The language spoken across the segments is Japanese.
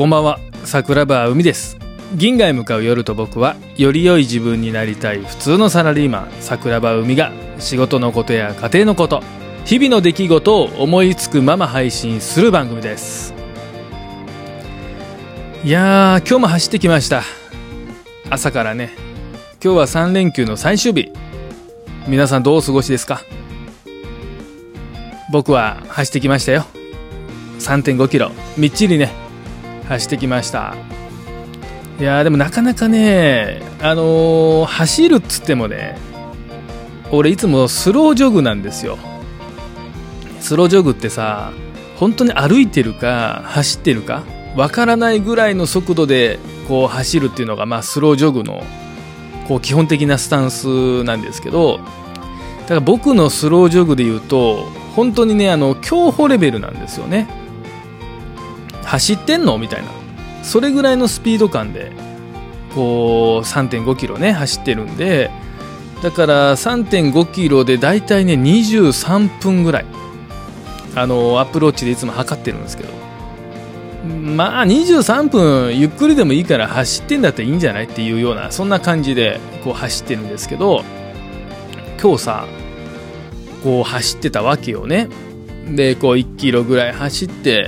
こんばんは、桜庭海です。銀河へ向かう夜と僕は、より良い自分になりたい普通のサラリーマン桜庭海が、仕事のことや家庭のこと、日々の出来事を思いつくまま配信する番組です。いやー、今日も走ってきました。朝からね。今日は3連休の最終日。皆さんどうお過ごしですか？僕は走ってきましたよ。3.5 キロみっちりね走ってきました。いやーでもなかなかね走るっつってもね、俺いつもスロージョグなんですよ。スロージョグってさ、本当に歩いてるか走ってるかわからないぐらいの速度でこう走るっていうのが、スロージョグのこう基本的なスタンスなんですけど、だから僕のスロージョグで言うと本当にね競歩レベルなんですよね。走ってんのみたいな、それぐらいのスピード感でこう 3.5 キロね走ってるんで、だから 3.5 キロでだいたいね23分ぐらいアプローチでいつも測ってるんですけど、23分ゆっくりでもいいから走ってんだったらいいんじゃないっていうような、そんな感じでこう走ってるんですけど、今日さこう走ってたわけよね。でこう1キロぐらい走って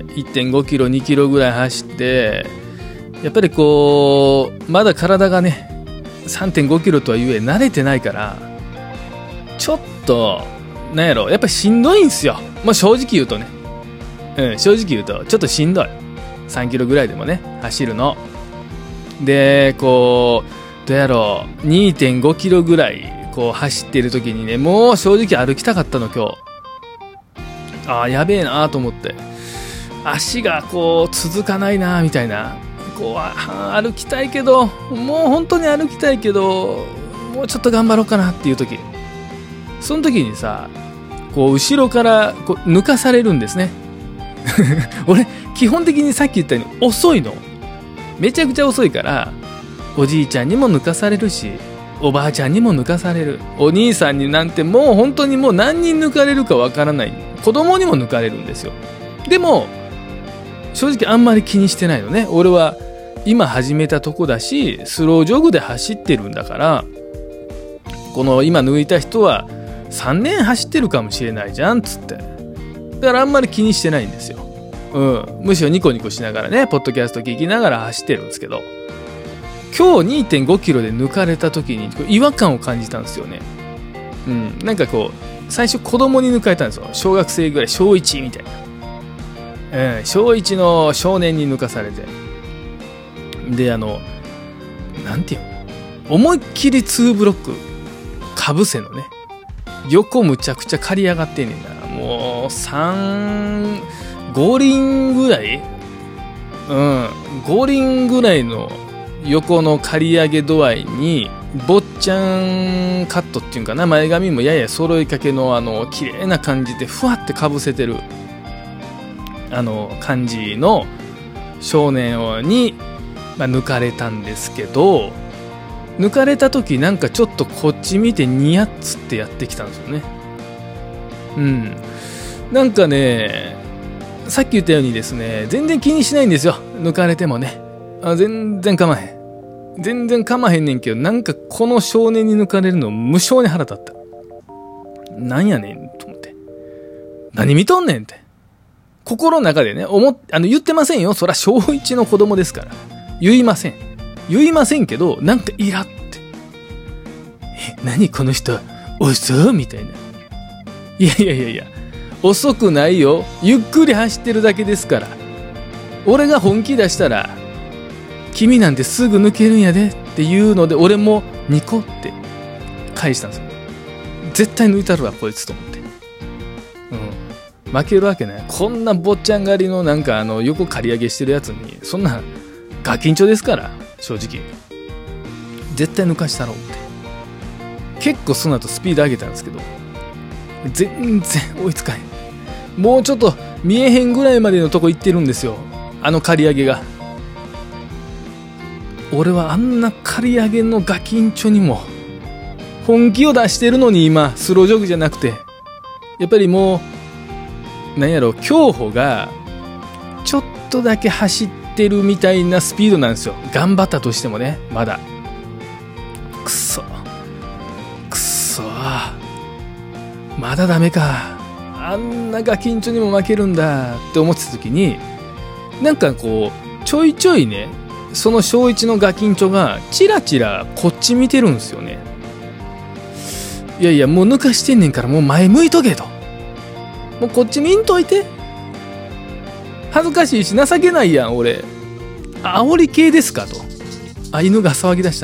1.5 キロ2キロぐらい走って、やっぱりこうまだ体がね 3.5 キロとはいえ慣れてないから、ちょっとなんやろ、やっぱりしんどいんすよ。正直言うとね、正直言うとちょっとしんどい。3キロぐらいでもね走るので、こうどうやろう 2.5 キロぐらいこう走ってる時にね、もう正直歩きたかったの今日。やべえなと思って、足がこう続かないなみたいな、こう歩きたいけど、もう本当に歩きたいけどもうちょっと頑張ろうかなっていう時、その時にさこう後ろからこう抜かされるんですね俺基本的にさっき言ったように遅いの、めちゃくちゃ遅いから、おじいちゃんにも抜かされるし、おばあちゃんにも抜かされる、お兄さんになんてもう本当にもう何人抜かれるかわからない、子供にも抜かれるんですよ。でも正直あんまり気にしてないのね。俺は今始めたとこだし、スロージョグで走ってるんだから、この今抜いた人は3年走ってるかもしれないじゃんっつって、だからあんまり気にしてないんですよ。むしろニコニコしながらねポッドキャスト聞きながら走ってるんですけど、今日 2.5 キロで抜かれた時に違和感を感じたんですよね。なんかこう最初子供に抜かれたんですよ。小学生ぐらい、小1みたいな、小1の少年に抜かされて、でなんていうの、思いっきり2ブロックかぶせのね、横むちゃくちゃ刈り上がってんねんな。もう5輪ぐらい5輪ぐらいの横の刈り上げ度合いに、坊ちゃんカットっていうかな、前髪もやや揃いかけの綺麗な感じでふわってかぶせてる感じの少年に、抜かれたんですけど、抜かれた時なんかちょっとこっち見てニヤッつってやってきたんですよね。なんかね、さっき言ったようにですね、全然気にしないんですよ、抜かれてもね。全然構へんねんけど、なんかこの少年に抜かれるの無性に腹立った。なんやねんと思って、何見とんねんって心の中でね言ってませんよ。そら小1の子供ですから言いませんけど、なんかイラって、何この人遅みたいな。いや遅くないよ、ゆっくり走ってるだけですから。俺が本気出したら君なんてすぐ抜けるんやでっていうので、俺もニコって返したんですよ。絶対抜いたるわこいつと思って。負けるわけない。こんな坊ちゃん狩りのなんか横刈り上げしてるやつに、そんなガキンチョですから、正直絶対抜かしたろうって。結構その後スピード上げたんですけど、全然追いつかへん。もうちょっと見えへんぐらいまでのとこ行ってるんですよ、刈り上げが。俺はあんな刈り上げのガキンチョにも本気を出してるのに、今スロージョグじゃなくて、やっぱりもうなんやろ、競歩がちょっとだけ走ってるみたいなスピードなんですよ。頑張ったとしてもね、まだ。くそまだダメか。あんなガキンチョにも負けるんだって思ってた時に、なんかこうちょいちょいね、その小1のガキンチョがチラチラこっち見てるんですよね。いやいや、もう抜かしてんねんから、もう前向いとけと。もうこっち見んといて。恥ずかしいし情けないやん俺。煽り系ですかと。犬が騒ぎ出した。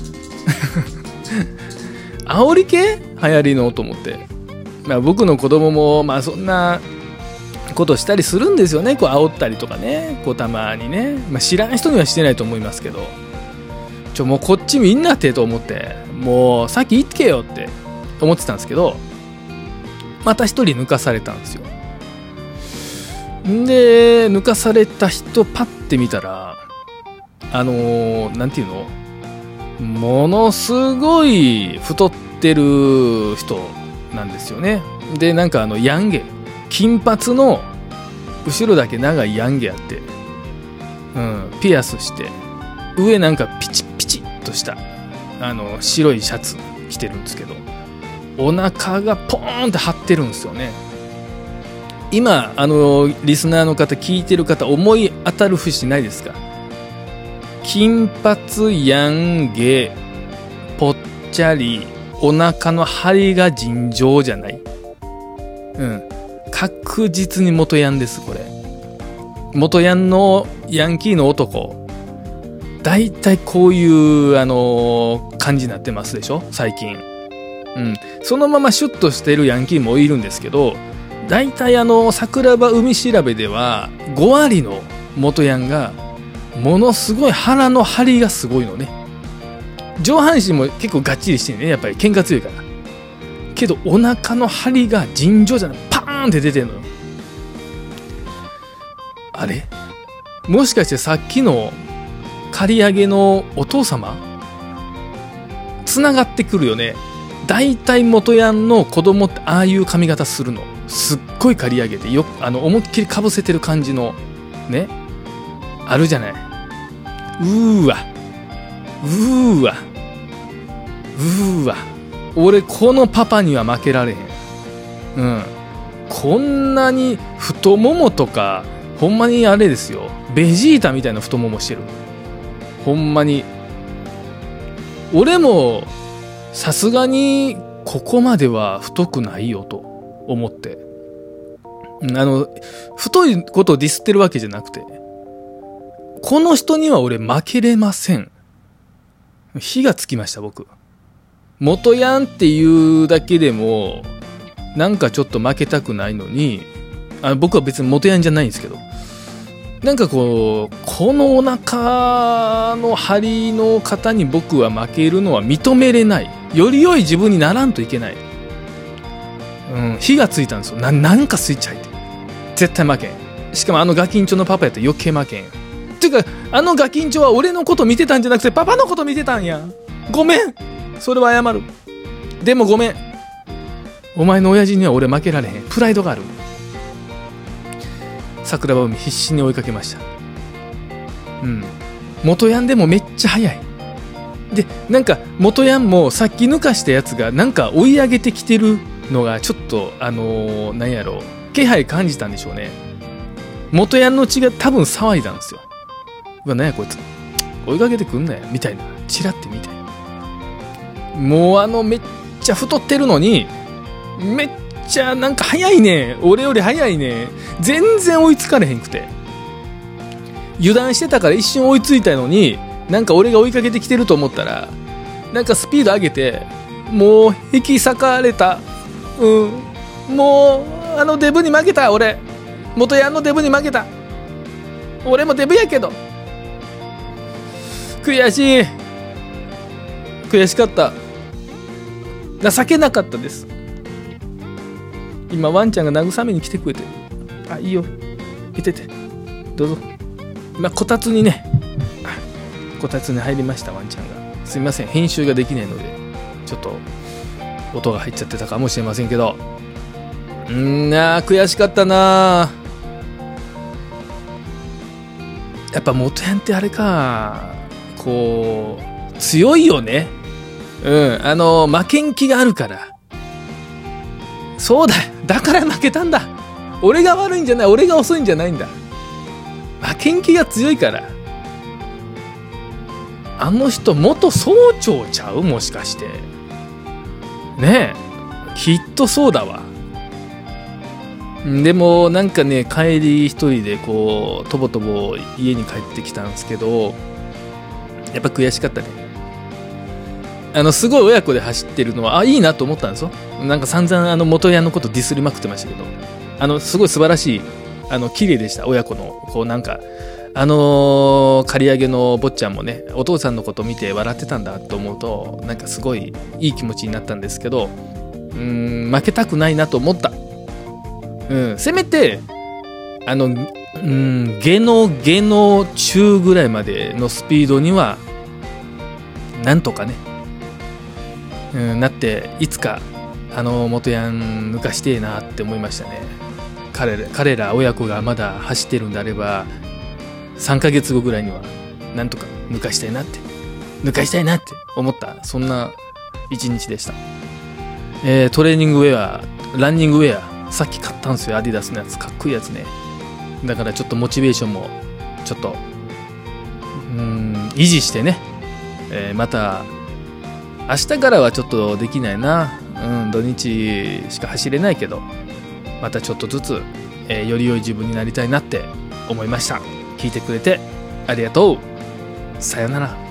煽り系流行りのと思って。僕の子供もそんなことしたりするんですよね。こう煽ったりとかね、こうたまにね、知らん人にはしてないと思いますけど、もうこっちみんなってと思って、もう先行けよって思ってたんですけど、また一人抜かされたんですよ。で抜かされた人パッて見たら、なんていうの、ものすごい太ってる人なんですよね。でなんかヤンゲ、金髪の後ろだけ長いヤンゲあって、ピアスして上なんかピチピチっとした白いシャツ着てるんですけど、お腹がポーンって張ってるんですよね。今リスナーの方、聞いてる方、思い当たる節ないですか？金髪ヤンゲ、ぽっちゃり、お腹の張りが尋常じゃない。確実に元ヤンです。これ元ヤンのヤンキーの男、だいたいこういう感じになってますでしょ最近。そのままシュッとしてるヤンキーもいるんですけど、だいたい桜庭海調べでは5割の元ヤンがものすごい腹の張りがすごいのね。上半身も結構がっちりしてるね、やっぱり喧嘩強いから。けどお腹の張りが尋常じゃない、パーンって出てるのよ。あれ、もしかしてさっきの刈り上げのお父様つながってくるよね。だいたい元ヤンの子供ってああいう髪型するの。すっごい刈り上げてよ、思いっきりかぶせてる感じのね、あるじゃない。うーわ、俺このパパには負けられへん。こんなに太ももとか、ほんまにあれですよ、ベジータみたいな太ももしてる。ほんまに俺もさすがにここまでは太くないよと思って、太いことをディスってるわけじゃなくて、この人には俺負けれません。火がつきました。僕元ヤンっていうだけでもなんかちょっと負けたくないのに、僕は別に元ヤンじゃないんですけど、なんかこのお腹の張りの方に僕は負けるのは認めれない。より良い自分にならんといけない。火がついたんですよ。なんかスイッチ入って、絶対負けん。しかもガキンチョのパパやったら余計負けん。ていうかガキンチョは俺のこと見てたんじゃなくてパパのこと見てたんや。ごめん、それは謝る。でもごめん、お前の親父には俺負けられへん。プライドがある。桜庭海必死に追いかけました。元ヤンでもめっちゃ速い。でなんか元ヤンもさっき抜かしたやつがなんか追い上げてきてるのがちょっとなんやろう、気配感じたんでしょうね。元ヤンの血が多分騒いだんですよ。なんやこいつ追いかけてくんなよみたいな、チラって見て、もうめっちゃ太ってるのにめっちゃなんか速いね、俺より速いね、全然追いつかれへんくて、油断してたから一瞬追いついたのに、なんか俺が追いかけてきてると思ったらなんかスピード上げて、もう引き裂かれた。もうデブに負けた。俺元ヤンのデブに負けた。俺もデブやけど悔しかった。情けなかったです。今ワンちゃんが慰めに来てくれて、いいよ、いてて、どうぞ。こたつにね、こたつに入りました。ワンちゃんが、すみません、編集ができないのでちょっと音が入っちゃってたかもしれませんけど、悔しかったな。 やっぱ元ヤンってあれか、こう強いよね。負けん気があるから。そうだ、だから負けたんだ。俺が悪いんじゃない、俺が遅いんじゃないんだ。負けん気が強いから。あの人元総長ちゃう、もしかして。ねえ、きっとそうだわ。でもなんかね、帰り一人でこうとぼとぼ家に帰ってきたんですけど、やっぱ悔しかったね。すごい親子で走ってるのはいいなと思ったんですよ。なんか散々元ヤンのことディスりまくってましたけど、すごい素晴らしい、綺麗でした。親子のこうなんか刈り上げの坊ちゃんもね、お父さんのこと見て笑ってたんだと思うと、なんかすごいいい気持ちになったんですけど、負けたくないなと思った。せめて下の中ぐらいまでのスピードにはなんとかね、なって、いつか元ヤン抜かしてえなって思いましたね。彼ら親子がまだ走ってるんであれば、3ヶ月後ぐらいにはなんとか抜かしたいなって思った、そんな一日でした。トレーニングウェア、ランニングウェアさっき買ったんですよ。アディダスのやつ、かっこいいやつね。だからちょっとモチベーションもちょっと維持してね、また明日からはちょっとできないな、土日しか走れないけど、またちょっとずつ、より良い自分になりたいなって思いました。聞いてくれてありがとう。さよなら。